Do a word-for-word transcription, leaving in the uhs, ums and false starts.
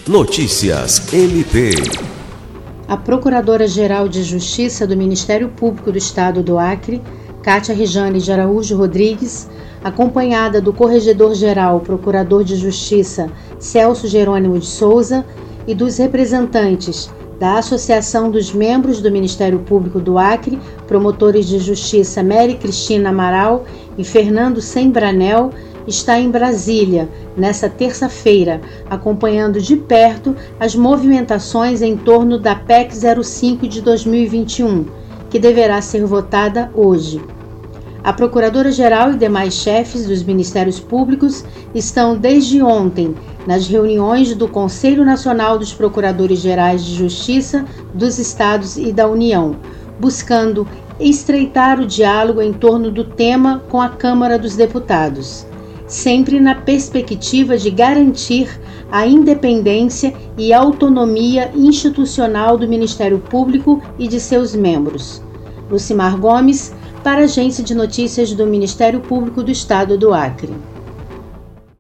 Notícias M P. A Procuradora-Geral de Justiça do Ministério Público do Estado do Acre, Kátia Rejane de Araújo Rodrigues, acompanhada do Corregedor-Geral Procurador de Justiça Celso Jerônimo de Souza e dos representantes da Associação dos Membros do Ministério Público do Acre, promotores de justiça Mary Cristina Amaral e Fernando Sembranel, está em Brasília, nesta terça-feira, acompanhando de perto as movimentações em torno da P E C zero cinco de dois mil e vinte e um, que deverá ser votada hoje. A Procuradora-Geral e demais chefes dos Ministérios Públicos estão desde ontem nas reuniões do Conselho Nacional dos Procuradores-Gerais de Justiça dos Estados e da União, buscando estreitar o diálogo em torno do tema com a Câmara dos Deputados, sempre na perspectiva de garantir a independência e autonomia institucional do Ministério Público e de seus membros. Lucimar Gomes, para a Agência de Notícias do Ministério Público do Estado do Acre.